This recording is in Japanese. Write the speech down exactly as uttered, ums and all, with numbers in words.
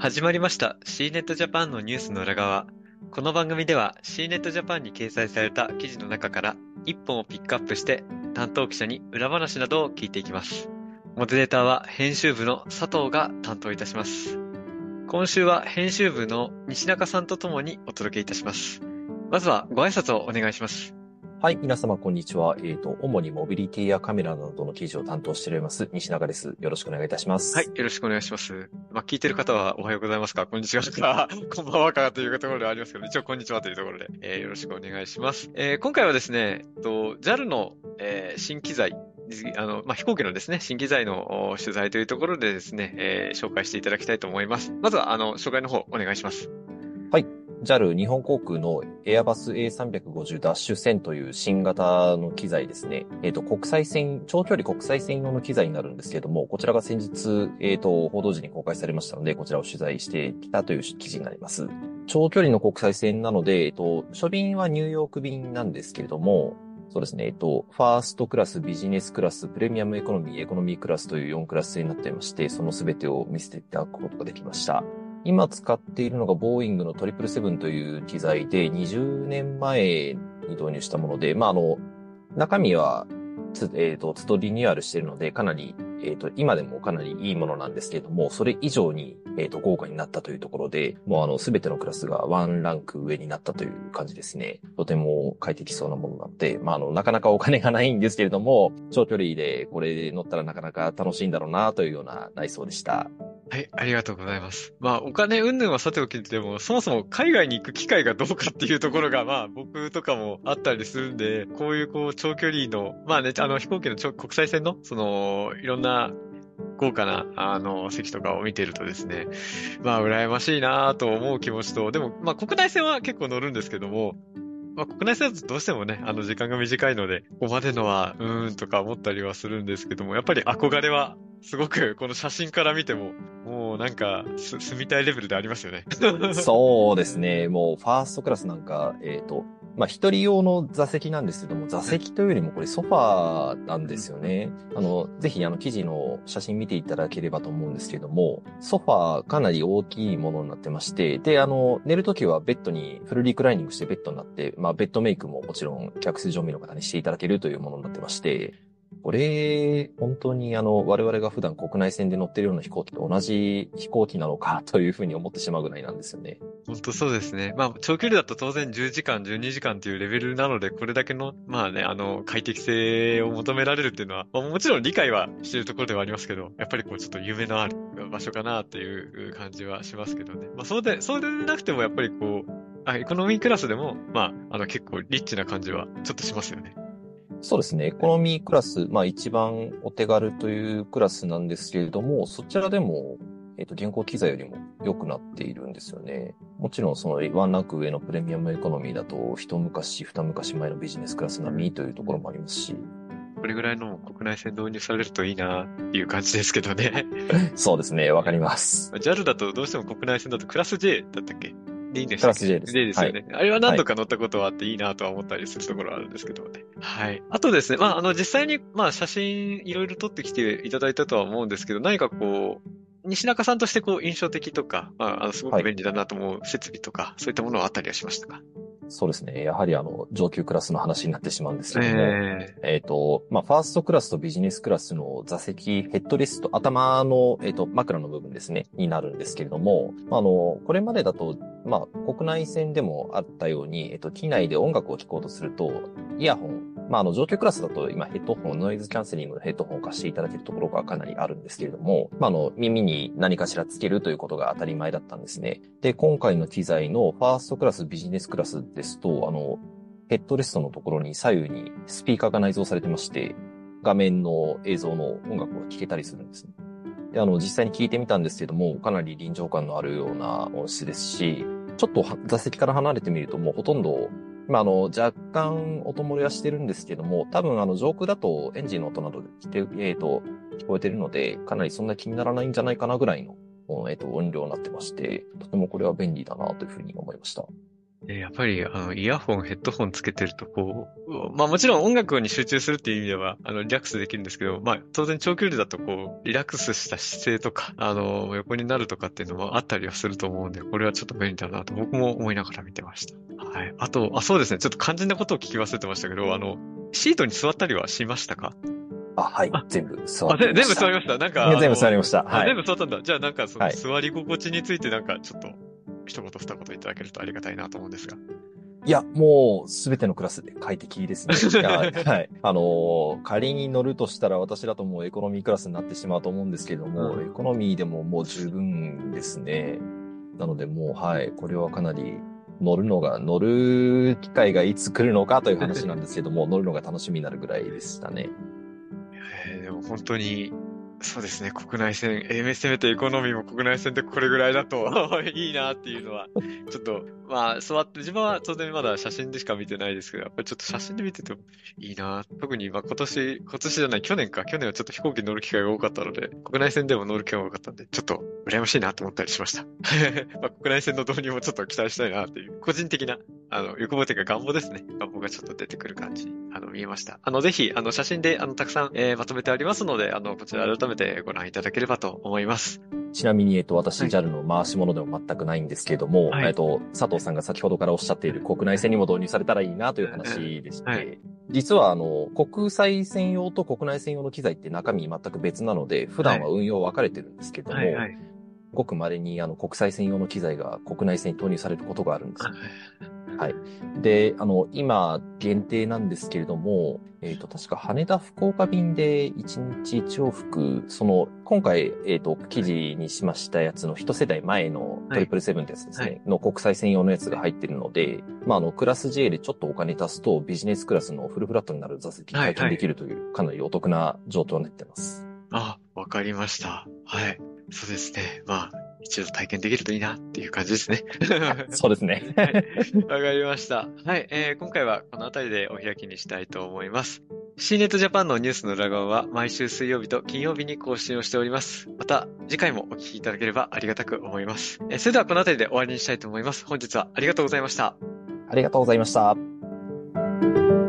始まりました シーネット Japan のニュースの裏側。この番組では シーネット Japan に掲載された記事の中から一本をピックアップして担当記者に裏話などを聞いていきます。モデレーターは編集部の佐藤が担当いたします。今週は編集部の西中さんとともにお届けいたします。まずはご挨拶をお願いします。 はい、皆様こんにちは。えっと、主にモビリティやカメラなどの記事を担当しております、西中です。よろしくお願いいたしまはい、 す。 よろしくお願いします。まあ、聞いてる方はおはようございますか、こんにちはか、こんばんはかというところではありますけど、一応こんにちはというところで、えーよろしくお願いします。えー今回はですね、えっと ジャル の、えー新機材、あの、まあ、飛行機のですね、新機材のお取材というところでですね、えー紹介していただきたいと思います。まずは、あの、紹介の方お願いします。 はい、ジャル 日本航空のエアバス エーさんびゃくごじゅうダッシュせんという新型の機材ですね。えっと、国際線、長距離国際線用の機材になるんですけれども、こちらが先日、えっと、報道時に公開されましたので、こちらを取材してきたという記事になります。長距離の国際線なので、えっと、初便はニューヨーク便なんですけれども、そうですね。えっと、ファーストクラス、ビジネスクラス、プレミアムエコノミー、エコノミークラスというよんクラス制になっていまして、そのすべてを見せていただくことができました。今使っているのがボーイングのトリプルセブンという機材でにじゅうねんまえに導入したもので、まあ、あの、中身はつ、えっと、都度リニューアルしているので、かなり、えっと、今でもかなりいいものなんですけれども、それ以上に、えっと、豪華になったというところで、もうあの、すべてのクラスがワンランク上になったという感じですね。とても快適そうなものなので、まあ、あの、なかなかお金がないんですけれども、長距離でこれ乗ったらなかなか楽しいんだろうなというような内装でした。 はい、ありがとうございます。まあ、お金云々はさておきでも、そもそも海外に行く機会がどうかっていうところが、まあ、僕とかもあったりするんで、こういうこう、長距離の、まあね、あの、飛行機のちょ国際線の、その、いろんな豪華な、あの、席とかを見てるとですね、まあ、羨ましいなと思う気持ちと、でも、まあ、国内線は結構乗るんですけども、まあ、国内線だとどうしてもね、あの、時間が短いので、ここまでのは、うーんとか思ったりはするんですけども、やっぱり憧れは、すごく、この写真から見ても、もうなんか、す、住みたいレベルでありますよね。 そうですね。もう、ファーストクラスなんか、えっと、まあ、一人用の座席なんですけども、座席というよりもこれソファーなんですよね。あの、ぜひあの記事の写真見ていただければと思うんですけども、ソファーかなり大きいものになってまして、で、あの、寝るときはベッドにフルリクライニングしてベッドになって、まあ、ベッドメイクももちろん客室乗務員の方にしていただけるというものになってまして、これ、本当にあの、我々が普段国内線で乗ってるような飛行機と同じ飛行機なのかというふうに思ってしまうぐらいなんですよね。 本当そうですね。まあ、長距離だと当然じゅうじかん、じゅうにじかんっていうレベルなので、これだけの、まあね、あの、快適性を求められるっていうのは、まあ、もちろん理解はしているところではありますけど、やっぱりこう、ちょっと夢のある場所かなっていう感じはしますけどね。まあ、そうで、そうでなくても、やっぱりこう、あ、エコノミークラスでも、まあ、あの、結構リッチな感じはちょっとしますよね。 そうですね。エコノミークラス、まあ一番お手軽というクラスなんですけれども、そちらでも、えっと、現行機材よりも良くなっているんですよね。もちろんそのワンランク上のプレミアムエコノミーだと、一昔二昔前のビジネスクラス並みというところもありますし。 これぐらいの国内線導入されるといいなっていう感じですけどね。 そうですね。わかります。 ジャル だとどうしても国内線だとクラス J だったっけでいいんでしクラスたっけ？ J です。 J ですはい。 よね。あれは何はい。 度か乗ったことはあっていいなとは思ったりするところはあるんですけどね。はい。あとですね、まあ、あの、実際に、まあ、写真いろいろ撮ってきていただいたとは思うんですけど、何かこう、西中さんとしてこう、印象的とか、まあ、あの、すごはい。 く便利だなと思う設備とか、そういったものはあったりはしましたか？ そうですね。やはりあの、上級クラスの話になってしまうんですけども、 えええっと、まあ、ファーストクラスとビジネスクラスの座席、ヘッドレスト、頭の、えっと、枕の部分ですね、になるんですけれども、まああの、これまでだと、まあ、国内線でもあったように、えっと、機内で音楽を聴こうとすると、イヤホン、まあ、あの、上級クラスだと今ヘッドホン、ノイズキャンセリングのヘッドホンを貸していただけるところがかなりあるんですけれども、まあ、あの、耳に何かしらつけるということが当たり前だったんですね。で、今回の機材のファーストクラス、ビジネスクラスですと、あの、ヘッドレストのところに左右にスピーカーが内蔵されてまして、画面の映像の音楽を聴けたりするんですね。で、あの、実際に聞いてみたんですけども、かなり臨場感のあるような音質ですし、ちょっと座席から離れてみるともうほとんど、まあ、あの、若干音漏れはしてるんですけども、多分あの、上空だとエンジンの音などで聞て、えっと、聞こえてるので、かなりそんな気にならないんじゃないかなぐらいの、えっと、音量になってまして、とてもこれは便利だなというふうに思いました。 でやっぱり、あの、イヤホン、ヘッドホンつけてると、こう、まあもちろん音楽に集中するっていう意味では、あの、リラックスできるんですけど、まあ当然長距離だとこう、リラックスした姿勢とか、あの、横になるとかっていうのもあったりはすると思うんで、これはちょっと便利だなと僕も思いながら見てました。はい。あと、あ、そうですね。ちょっと肝心なことを聞き忘れてましたけど、あの、シートに座ったりはしましたか？ あ、はい。 あ、 全部座あ、で、全部っていました。 座りました。なんいや、 か、あ全部座の、 りました。 あ、 はい。 全部座ったんだ。じゃあなんかそのはい。 座り心地についてなんかちょっと、一言二言いただけるとありがたいなと思うんですが。 いや、もう、すべてのクラスで快適ですね。いや、はい。あのー仮に乗るとしたら私だともうエコノミークラスになってしまうと思うんですけども、エうん。 コノミーでももう十分ですね。なのでもう、はい。これはかなり、乗るのが、乗る機会がいつ来るのかという話なんですけども、乗るのが楽しみになるぐらいでしたね。 えーでも本当に、そうですね、国内線、えーせめてエコノミーも国内線でこれぐらいだといいなっていうのは、ちょっと、まあ、座って、自分は当然まだ写真でしか見てないですけど、やっぱりちょっと写真で見ててもいいな。特に、まあ今年、今年じゃない、去年か、去年はちょっと飛行機に乗る機会が多かったので、国内線でも乗る機会が多かったんで、ちょっと羨ましいなと思ったりしました。まあ国内線の導入もちょっと期待したいなっていう、個人的な、あの、欲望というか願望ですね。願望がちょっと出てくる感じに、あの、見えました。あの、ぜひ、あの、写真で、あの、たくさん、えーまとめてありますので、あの、こちら改めてご覧いただければと思います。 ちなみに、えっと、私、 はい。 ジャル の回し物でも全くないんですけれども、 はい。 えっと、佐藤さんが先ほどからおっしゃっている国内線にも導入されたらいいなといううん話でしはい。 て、実は、あの、国際線用と国内線用の機材って中身全く別なので、普はい。 段は運用分かれてるんですけどはい。 も、 はい。 ごく稀にあの国際線用の機材が国内線に投入されることがあるんですあね。はい。で、あの、今、限定なんですけれども、えっと、確か羽田福岡便でいちにちいち往復、その、今回、えっと、記事にしましたやつの一世代前のはい。 トリプルセブンってやつですはい。 ね、の国際線用のやつが入ってるので、まあ、あの、クラス ジェイ でちょっとお金足すとビジネスクラスのフルフラットになる座席はい。 体験はい。 できるという、かなりお得な状況になってます。 あ、わかりました。はい。そうですね。まあ、一度体験できるといいなっていう感じですね。 そうですね。 はい。わかりました。はい。えー、今回はこの辺りでお開きにしたいと思います。シーネットジャパンのニュースの裏側は毎週水曜日と金曜日に更新をしております。また次回もお聞きいただければありがたく思います。えー、それではこの辺りで終わりにしたいと思います。本日はありがとうございました。 ありがとうございました。